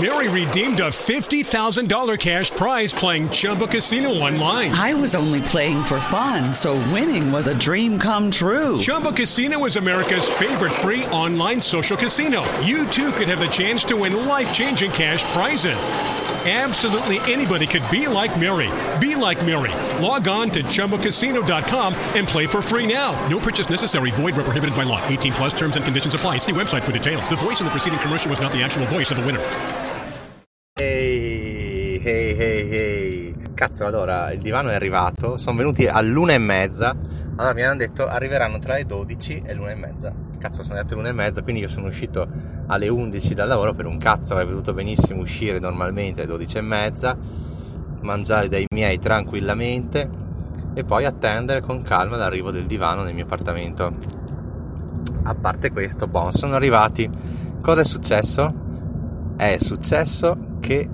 Mary redeemed a $50,000 cash prize playing Chumba Casino online. I was only playing for fun, so winning was a dream come true. Chumba Casino is America's favorite free online social casino. You too could have the chance to win life-changing cash prizes. Absolutely anybody could be like Mary. Be like Mary. Log on to ChumbaCasino.com and play for free now. No purchase necessary. Void where prohibited by law. 18 plus terms and conditions apply. See website for details. The voice in the preceding commercial was not the actual voice of the winner. Hey. Cazzo, allora, il divano è arrivato. Sono venuti all'1:30. Allora mi hanno detto arriveranno tra le 12 e l'1:30. Cazzo, sono arrivate l'1:30, quindi io sono uscito alle 11 dal lavoro per un cazzo. Avrei potuto benissimo uscire normalmente alle 12:30, mangiare dai miei tranquillamente e poi attendere con calma l'arrivo del divano nel mio appartamento. A parte questo, sono arrivati. Cosa è successo? È successo che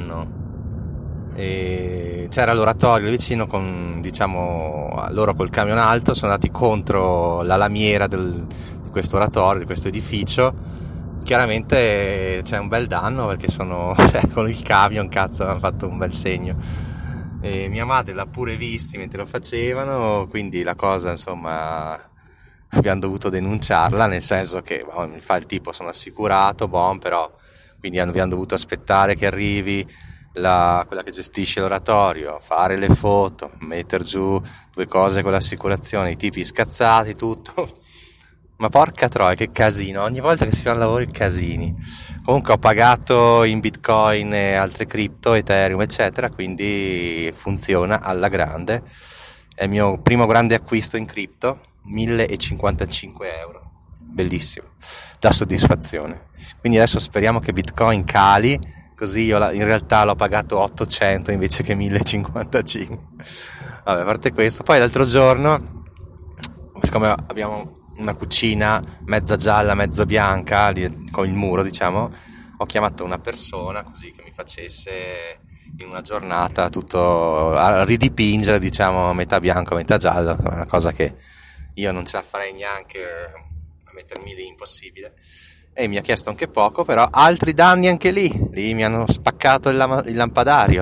c'era l'oratorio vicino con, loro col camion alto sono andati contro la lamiera di questo oratorio, di questo edificio. Chiaramente c'è un bel danno perché con il camion, cazzo, hanno fatto un bel segno. E mia madre l'ha pure visti mentre lo facevano, quindi la cosa, insomma, abbiamo dovuto denunciarla, nel senso che mi fa il tipo, sono assicurato, però quindi abbiamo dovuto aspettare che arrivi quella che gestisce l'oratorio, fare le foto, metter giù 2 cose con l'assicurazione, i tipi scazzati, tutto. Ma porca troia, che casino, ogni volta che si fanno lavori casini. Comunque ho pagato in Bitcoin e altre cripto, Ethereum eccetera, quindi funziona alla grande. È il mio primo grande acquisto in cripto, 1.055 euro, bellissimo, dà soddisfazione. Quindi adesso speriamo che Bitcoin cali, così io in realtà l'ho pagato 800 invece che 1.055. Vabbè, a parte questo, poi l'altro giorno, siccome abbiamo una cucina mezza gialla, mezza bianca con il muro, ho chiamato una persona così che mi facesse in una giornata tutto a ridipingere, metà bianco, metà giallo, una cosa che io non ce la farei neanche a mettermi lì, impossibile. E mi ha chiesto anche poco, però altri danni anche lì mi hanno spaccato il lampadario,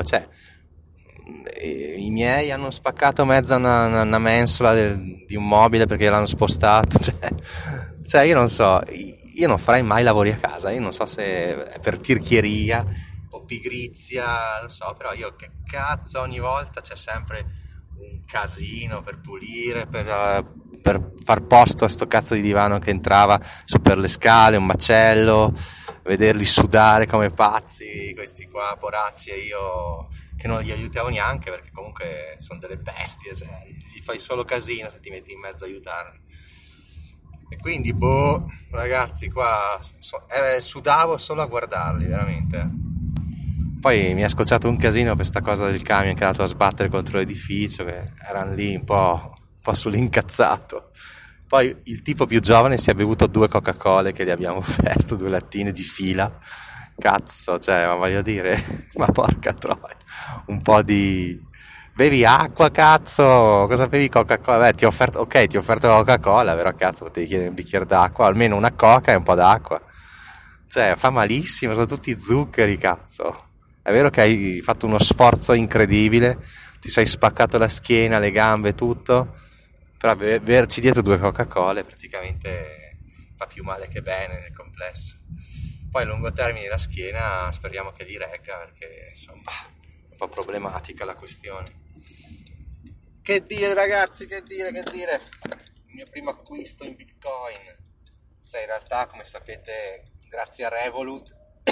i miei hanno spaccato mezza una mensola di un mobile perché l'hanno spostato, io non so, io non farei mai lavori a casa, io non so se è per tirchieria o pigrizia, non so, però io che cazzo, ogni volta c'è sempre un casino per pulire, per far posto a sto cazzo di divano che entrava su per le scale, un macello, vederli sudare come pazzi, questi qua poracci, e io che non li aiutavo neanche perché comunque sono delle bestie, gli fai solo casino se ti metti in mezzo a aiutarli. E quindi ragazzi, qua sudavo solo a guardarli, veramente. Poi mi ha scocciato un casino per sta cosa del camion che è andato a sbattere contro l'edificio, che erano lì un po' sull'incazzato. Poi il tipo più giovane si è bevuto 2 Coca-Cola che gli abbiamo offerto, 2 lattine di fila. Cazzo, ma voglio dire, ma porca troia, un po' di... Bevi acqua, cazzo, cosa bevi? Coca-Cola? Ti ho offerto Coca-Cola, però cazzo, potevi chiedere un bicchiere d'acqua, almeno una Coca e un po' d'acqua. Fa malissimo, sono tutti zuccheri, cazzo. È vero che hai fatto uno sforzo incredibile, ti sei spaccato la schiena, le gambe, tutto, però berci dietro 2 Coca-Cola praticamente fa più male che bene nel complesso. Poi a lungo termine la schiena speriamo che li regga, perché insomma è un po' problematica la questione. Che dire, ragazzi, che dire? Il mio primo acquisto in Bitcoin, in realtà, come sapete, grazie a Revolut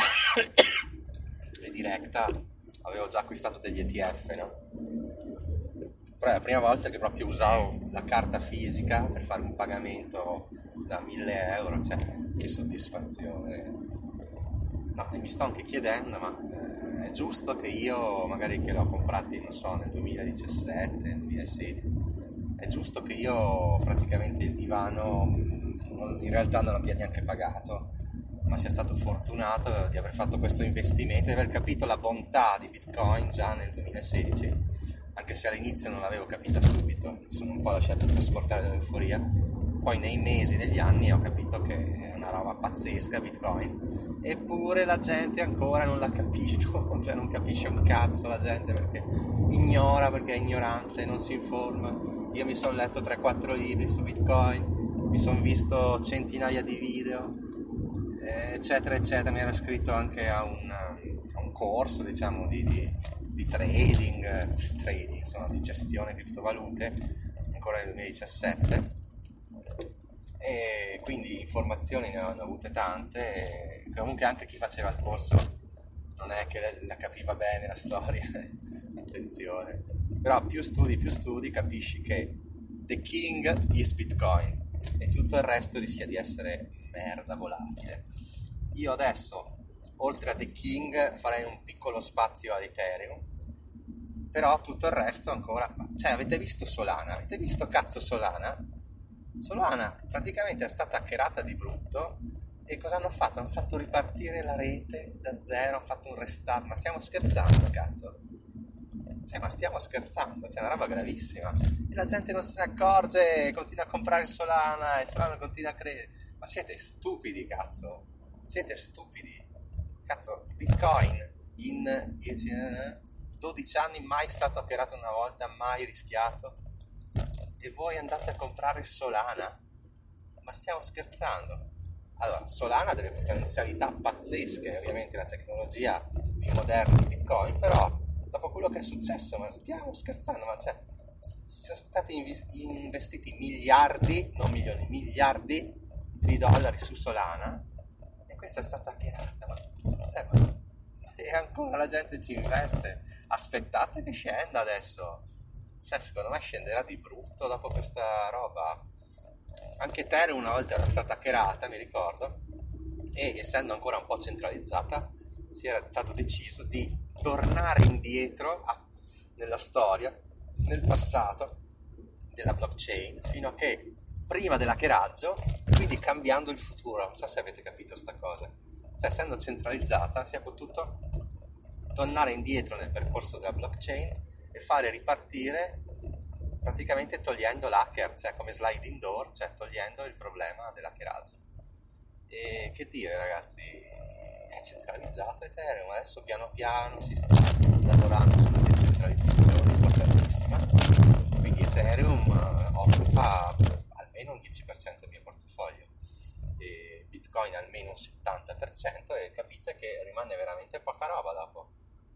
e Directa avevo già acquistato degli ETF, no? Però è la prima volta che proprio usavo la carta fisica per fare un pagamento da 1.000 euro, che soddisfazione. No, e mi sto anche chiedendo, ma è giusto che io, magari che l'ho comprati, non so, nel 2017, nel 2016, è giusto che io praticamente il divano in realtà non l'abbia neanche pagato, ma sia stato fortunato di aver fatto questo investimento e aver capito la bontà di Bitcoin già nel 2016, anche se all'inizio non l'avevo capita subito, mi sono un po' lasciato trasportare dall'euforia. Poi nei mesi, negli anni ho capito che è una roba pazzesca Bitcoin, eppure la gente ancora non l'ha capito, cioè non capisce un cazzo la gente perché ignora, perché è ignorante, non si informa. Io mi sono letto 3-4 libri su Bitcoin, mi sono visto centinaia di video, eccetera eccetera, mi ero iscritto anche a un corso, diciamo, di trading, insomma, di gestione di criptovalute, ancora nel 2017, e quindi informazioni ne ho avute tante, e comunque anche chi faceva il corso non è che la capiva bene la storia, attenzione, però più studi capisci che the king is Bitcoin e tutto il resto rischia di essere merda volatile. Io adesso, oltre a The King, farei un piccolo spazio ad Ethereum, però tutto il resto ancora... Cioè, avete visto Solana? Avete visto cazzo Solana? Solana praticamente è stata hackerata di brutto, e cosa hanno fatto? Hanno fatto ripartire la rete da zero, hanno fatto un restart. Ma stiamo scherzando, cazzo? Cioè, ma stiamo scherzando, c'è una roba gravissima, e la gente non se ne accorge, continua a comprare Solana e Solana continua a crescere. Ma siete stupidi, cazzo, siete stupidi, cazzo. Bitcoin in 12 anni mai stato hackerato una volta, mai rischiato, e voi andate a comprare Solana? Ma stiamo scherzando? Allora, Solana ha delle potenzialità pazzesche, ovviamente la tecnologia più moderna di Bitcoin, però dopo quello che è successo, ma stiamo scherzando? Ma cioè, sono stati investiti miliardi, non milioni, miliardi di dollari su Solana, e questa è stata hackerata, e ancora la gente ci investe. Aspettate che scenda adesso, cioè, secondo me scenderà di brutto dopo questa roba. Anche Ethereum una volta era stata hackerata, mi ricordo, e essendo ancora un po' centralizzata si era stato deciso di tornare indietro nella storia, nel passato della blockchain, fino a che prima dell'hackeraggio, quindi cambiando il futuro. Non so se avete capito sta cosa, cioè, essendo centralizzata si è potuto tornare indietro nel percorso della blockchain e fare ripartire praticamente togliendo l'hacker, cioè come sliding door, cioè togliendo il problema dell'hackeraggio. E che dire, ragazzi, è centralizzato Ethereum, adesso piano piano si sta lavorando sulla decentralizzazione importantissima, quindi Ethereum occupa almeno un 10% del mio portafoglio e Bitcoin almeno un 70%, e capite che rimane veramente poca roba dopo,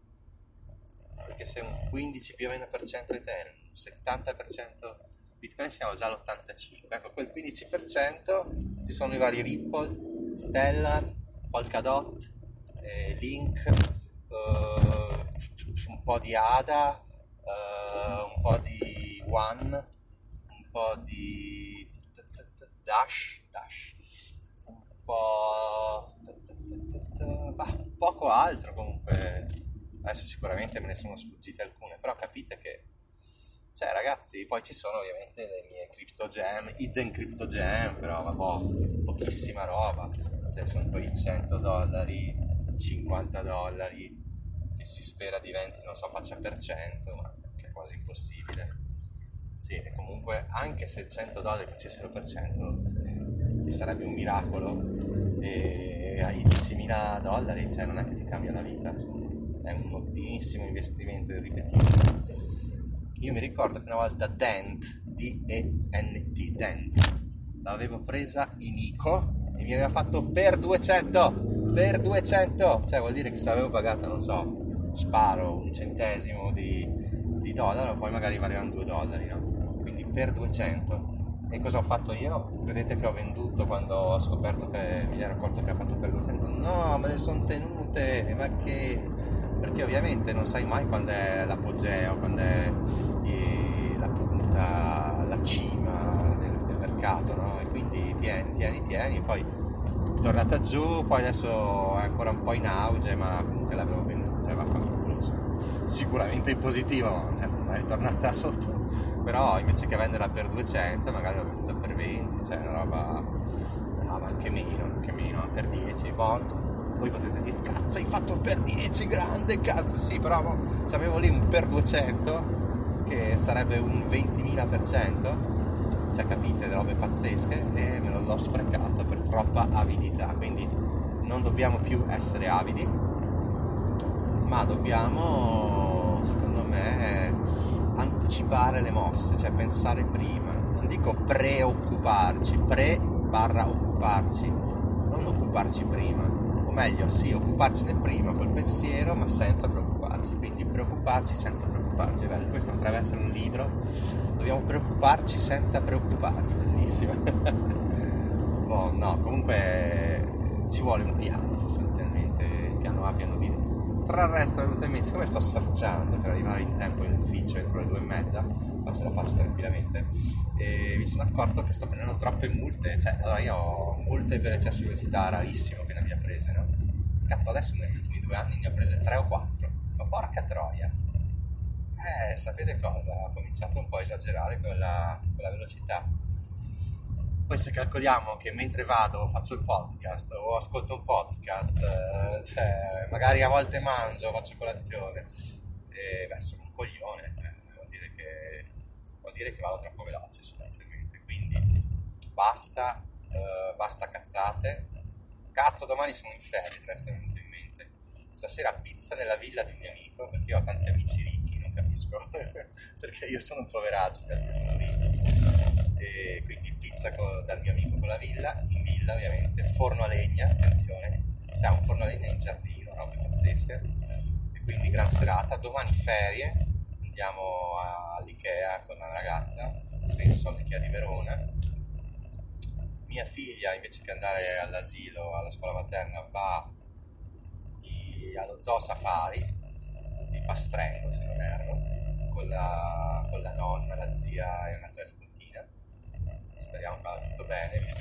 perché se un 15 più o meno per cento Ethereum, un 70% Bitcoin, siamo già all'85%. Ecco, quel 15% ci sono i vari Ripple, Stellar, Polkadot, Link, un po' di ADA, un po' di One, un po' di Dash, un po' poco altro comunque. Adesso sicuramente me ne sono sfuggite alcune, però capite che, cioè, ragazzi, poi ci sono ovviamente le mie crypto gem, hidden crypto gem, però vabbè, pochissima roba, cioè sono quei $100, $50 che si spera diventi, non so, faccia per cento, ma che è quasi impossibile. Sì, e comunque anche se $100 facessero per cento, sarebbe un miracolo, e ai $10.000, cioè non è che ti cambia la vita, è un ottimissimo investimento irripetibile. Io mi ricordo che una volta Dent, D-E-N-T, Dent, l'avevo presa in ICO e mi aveva fatto per 200, cioè vuol dire che se avevo pagato, non so, sparo un centesimo di dollaro, poi magari valevano $2, no? Quindi per 200. E cosa ho fatto io? Credete che ho venduto quando ho scoperto che mi ero accorto che ha fatto per 200? No, me le sono tenute, ma che... Perché ovviamente non sai mai quando è l'apogeo, quando è la punta, la cima del mercato, no? E quindi tieni, poi è tornata giù, poi adesso è ancora un po' in auge, ma comunque l'avevo venduta e vaffanculo. Sicuramente in positivo, ma è tornata sotto. Però invece che venderla per 200 magari l'ho venduta per 20, cioè una roba, no, ma anche meno, per 10, buono. Voi potete dire, cazzo, hai fatto per 10, grande, cazzo, sì, però c'avevo lì un per 200 che sarebbe un 20.000%, cioè capite, robe pazzesche, e me l'ho sprecato per troppa avidità. Quindi non dobbiamo più essere avidi, ma dobbiamo, secondo me, anticipare le mosse, cioè pensare prima. Non dico preoccuparci, occuparci, non occuparci prima, o meglio, sì, occuparci nel prima col pensiero, ma senza preoccuparci. Quindi preoccuparci senza preoccuparci, è bello. Questo potrebbe essere un libro. Dobbiamo preoccuparci senza preoccuparci, bellissimo. Oh, no, comunque ci vuole un piano, sostanzialmente, piano A, piano B. Tra il resto è venuto in mente, siccome sto sfrecciando per arrivare in tempo in ufficio entro le 2:30, ma ce la faccio tranquillamente, e mi sono accorto che sto prendendo troppe multe. Cioè, allora io ho multe per eccesso di velocità, rarissimo che ne abbia prese, no? Cazzo, adesso negli ultimi 2 anni ne ho prese 3 o 4, ma porca troia. Sapete cosa? Ho cominciato un po' a esagerare con la velocità. Poi se calcoliamo che mentre vado faccio il podcast o ascolto un podcast, cioè magari a volte mangio, faccio colazione, e sono un coglione, cioè, vuol dire che vado troppo veloce sostanzialmente. Quindi basta cazzate. Cazzo, domani sono in ferie, adesso mi è venuto in mente. Stasera pizza nella villa di un mio amico, perché io ho tanti amici ricchi, non capisco perché io sono un poveraccio, perché sono ricco. E quindi pizza dal mio amico con la villa, in villa ovviamente, forno a legna, attenzione, c'è un forno a legna in giardino, robe pazzesche, e quindi gran serata. Domani ferie, andiamo all'Ikea con la ragazza, penso all'Ikea di Verona. Mia figlia, invece che andare all'asilo, alla scuola materna, va allo Zoo Safari di Pastrengo, se non erro, con la nonna, la zia e un'altra nipotina. Speriamo che vada tutto bene, visto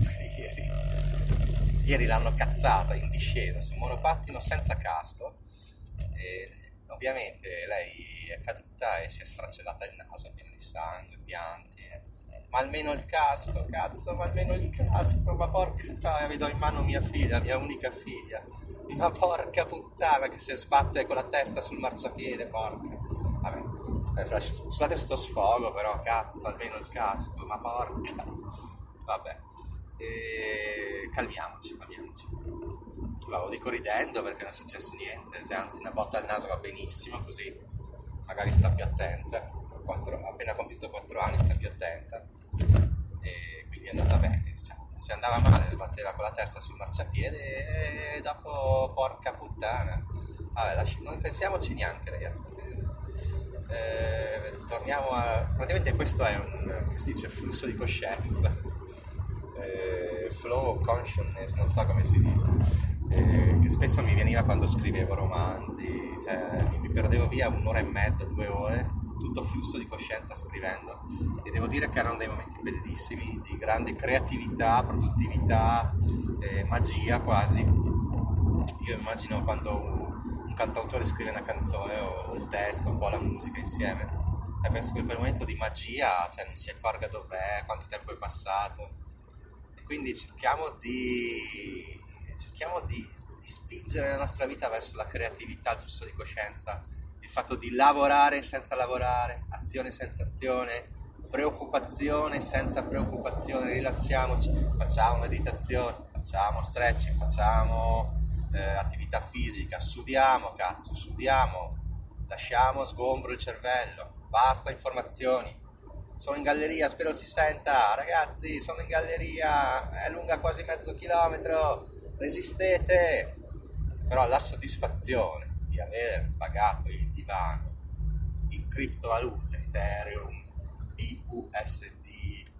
che ieri l'hanno cazzata in discesa su un monopattino senza casco, e ovviamente lei è caduta e si è sfracellata il naso pieno di sangue, pianti, ma almeno il casco, cazzo, ma almeno il casco, ma porca troia, mi do in mano mia figlia, mia unica figlia, ma porca puttana che si sbatte con la testa sul marciapiede, porca. Vabbè, scusate questo sfogo, però cazzo, almeno il casco, ma porca. Vabbè, calmiamoci. Lo dico ridendo perché non è successo niente, cioè, anzi una botta al naso va benissimo, così magari sta più attenta. Appena compiuto 4 anni sta più attenta, e quindi è andata bene, diciamo. Se andava male sbatteva con la testa sul marciapiede e dopo porca puttana. Vabbè, non pensiamoci neanche, ragazzi. Torniamo a... praticamente questo è come si dice, flusso di coscienza, flow of consciousness, non so come si dice, che spesso mi veniva quando scrivevo romanzi, cioè mi perdevo via 1 ora e mezza, 2 ore, tutto flusso di coscienza scrivendo, e devo dire che erano dei momenti bellissimi, di grande creatività, produttività, magia quasi. Io immagino quando un cantautore scrive una canzone o il testo, un po' la musica insieme, cioè penso che quel momento di magia, cioè non si accorga dov'è, quanto tempo è passato, e quindi cerchiamo di spingere la nostra vita verso la creatività, il flusso di coscienza, il fatto di lavorare senza lavorare, azione senza azione, preoccupazione senza preoccupazione. Rilassiamoci, facciamo meditazione, facciamo stretching, facciamo attività fisica, sudiamo, lasciamo sgombro il cervello, basta informazioni. Sono in galleria, spero si senta, ragazzi, sono in galleria, è lunga quasi mezzo chilometro, resistete. Però la soddisfazione di aver pagato il divano in criptovalute, Ethereum, BUSD,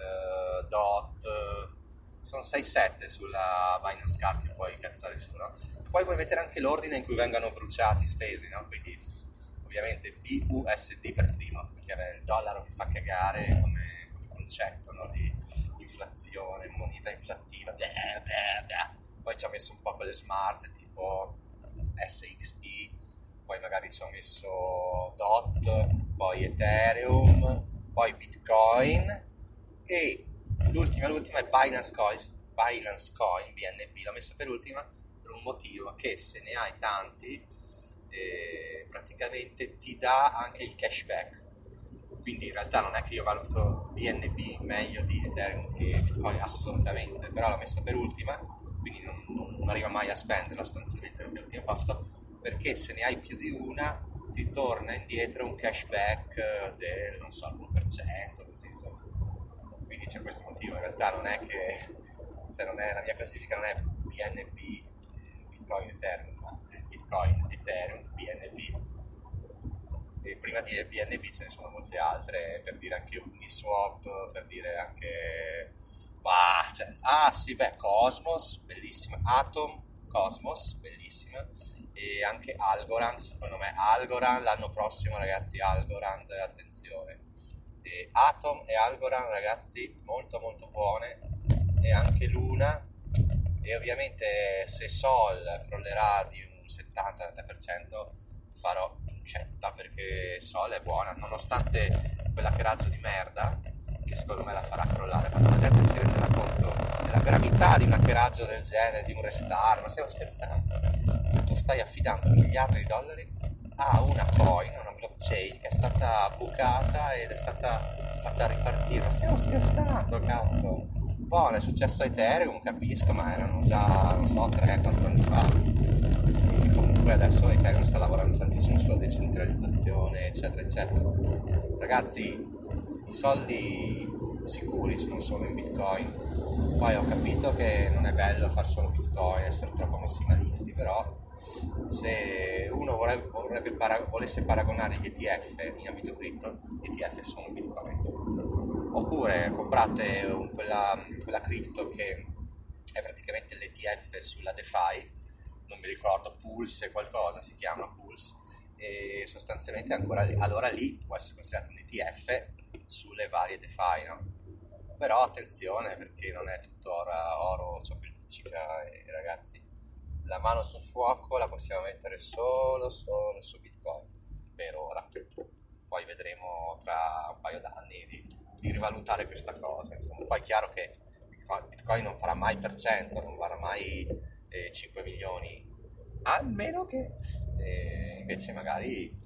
DOT, sono 6-7 sulla Binance Card che puoi cazzare su, no? Poi puoi mettere anche l'ordine in cui vengono bruciati, spesi, no? Quindi ovviamente BUSD per primo, perché il dollaro mi fa cagare come concetto, no? Di inflazione, moneta inflattiva, poi ci ho messo un po' quelle smart tipo SXP, poi magari ci ho messo DOT, poi Ethereum, poi Bitcoin, e l'ultima è Binance Coin, BNB, l'ho messo per ultima per un motivo, che se ne hai tanti praticamente ti dà anche il cashback. Quindi in realtà non è che io valuto BNB meglio di Ethereum e Bitcoin, assolutamente, però l'ho messa per ultima, quindi non arriva mai a spenderla sostanzialmente l'ultimo pasto, perché se ne hai più di una ti torna indietro un cashback del, non so, l'1%, così, insomma. Quindi c'è questo motivo. In realtà non è che, cioè non è, la mia classifica non è BNB, Bitcoin, Ethereum, ma è Bitcoin, Ethereum, BNB. E prima di BNB ce ne sono molte altre, per dire anche Uniswap, per dire anche Cosmos, bellissima, Atom, Cosmos, bellissima, e anche Algorand, secondo me Algorand l'anno prossimo, ragazzi, Algorand, attenzione, e Atom e Algorand, ragazzi, molto molto buone, e anche Luna, e ovviamente se Sol crollerà di un 70-80% farò incetta, perché Sol è buona, nonostante quell'hackeraggio di merda che secondo me la farà crollare, quando la gente si renderà conto della gravità di un hackeraggio del genere, di un restart. Ma stiamo scherzando? Tu stai affidando miliardi di dollari a una coin, una blockchain che è stata bucata ed è stata fatta ripartire. Ma stiamo scherzando, cazzo? Buono, è successo a Ethereum, capisco, ma erano già, non so, 3-4 anni fa. E comunque adesso Ethereum sta lavorando tantissimo sulla decentralizzazione, eccetera, eccetera. Ragazzi, i soldi sicuri sono solo in Bitcoin. Poi ho capito che non è bello far solo Bitcoin, essere troppo massimalisti, però se uno volesse paragonare gli ETF in ambito cripto, gli ETF sono Bitcoin. Oppure comprate quella cripto che è praticamente l'ETF sulla DeFi, non mi ricordo, Pulse qualcosa si chiama, Pulse, e sostanzialmente ancora lì, allora lì può essere considerato un ETF sulle varie DeFi, no? Però attenzione, perché non è tutto oro ciò che luccica, e ragazzi, la mano sul fuoco la possiamo mettere solo su Bitcoin per ora, poi vedremo tra un paio d'anni di rivalutare questa cosa, insomma. Poi è chiaro che Bitcoin non farà mai per cento, non varrà mai 5 milioni, a meno che invece magari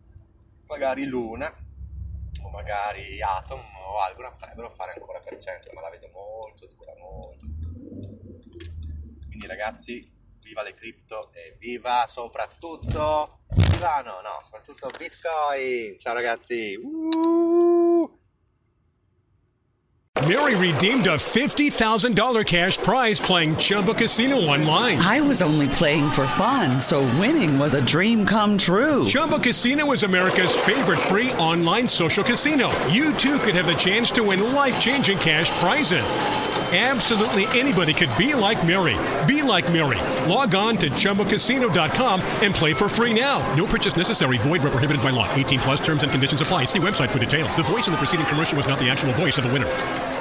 Luna o magari Atom o Algorand potrebbero fare ancora per cento, ma la vedo molto dura, molto dura. Quindi ragazzi, viva le cripto e viva soprattutto soprattutto Bitcoin. Ciao ragazzi. Mary redeemed a $50,000 cash prize playing Chumba Casino online. I was only playing for fun, so winning was a dream come true. Chumba Casino is America's favorite free online social casino. You too could have the chance to win life-changing cash prizes. Absolutely anybody could be like Mary. Be like Mary. Log on to ChumbaCasino.com and play for free now. No purchase necessary. Void where prohibited by law. 18 plus terms and conditions apply. See website for details. The voice in the preceding commercial was not the actual voice of the winner.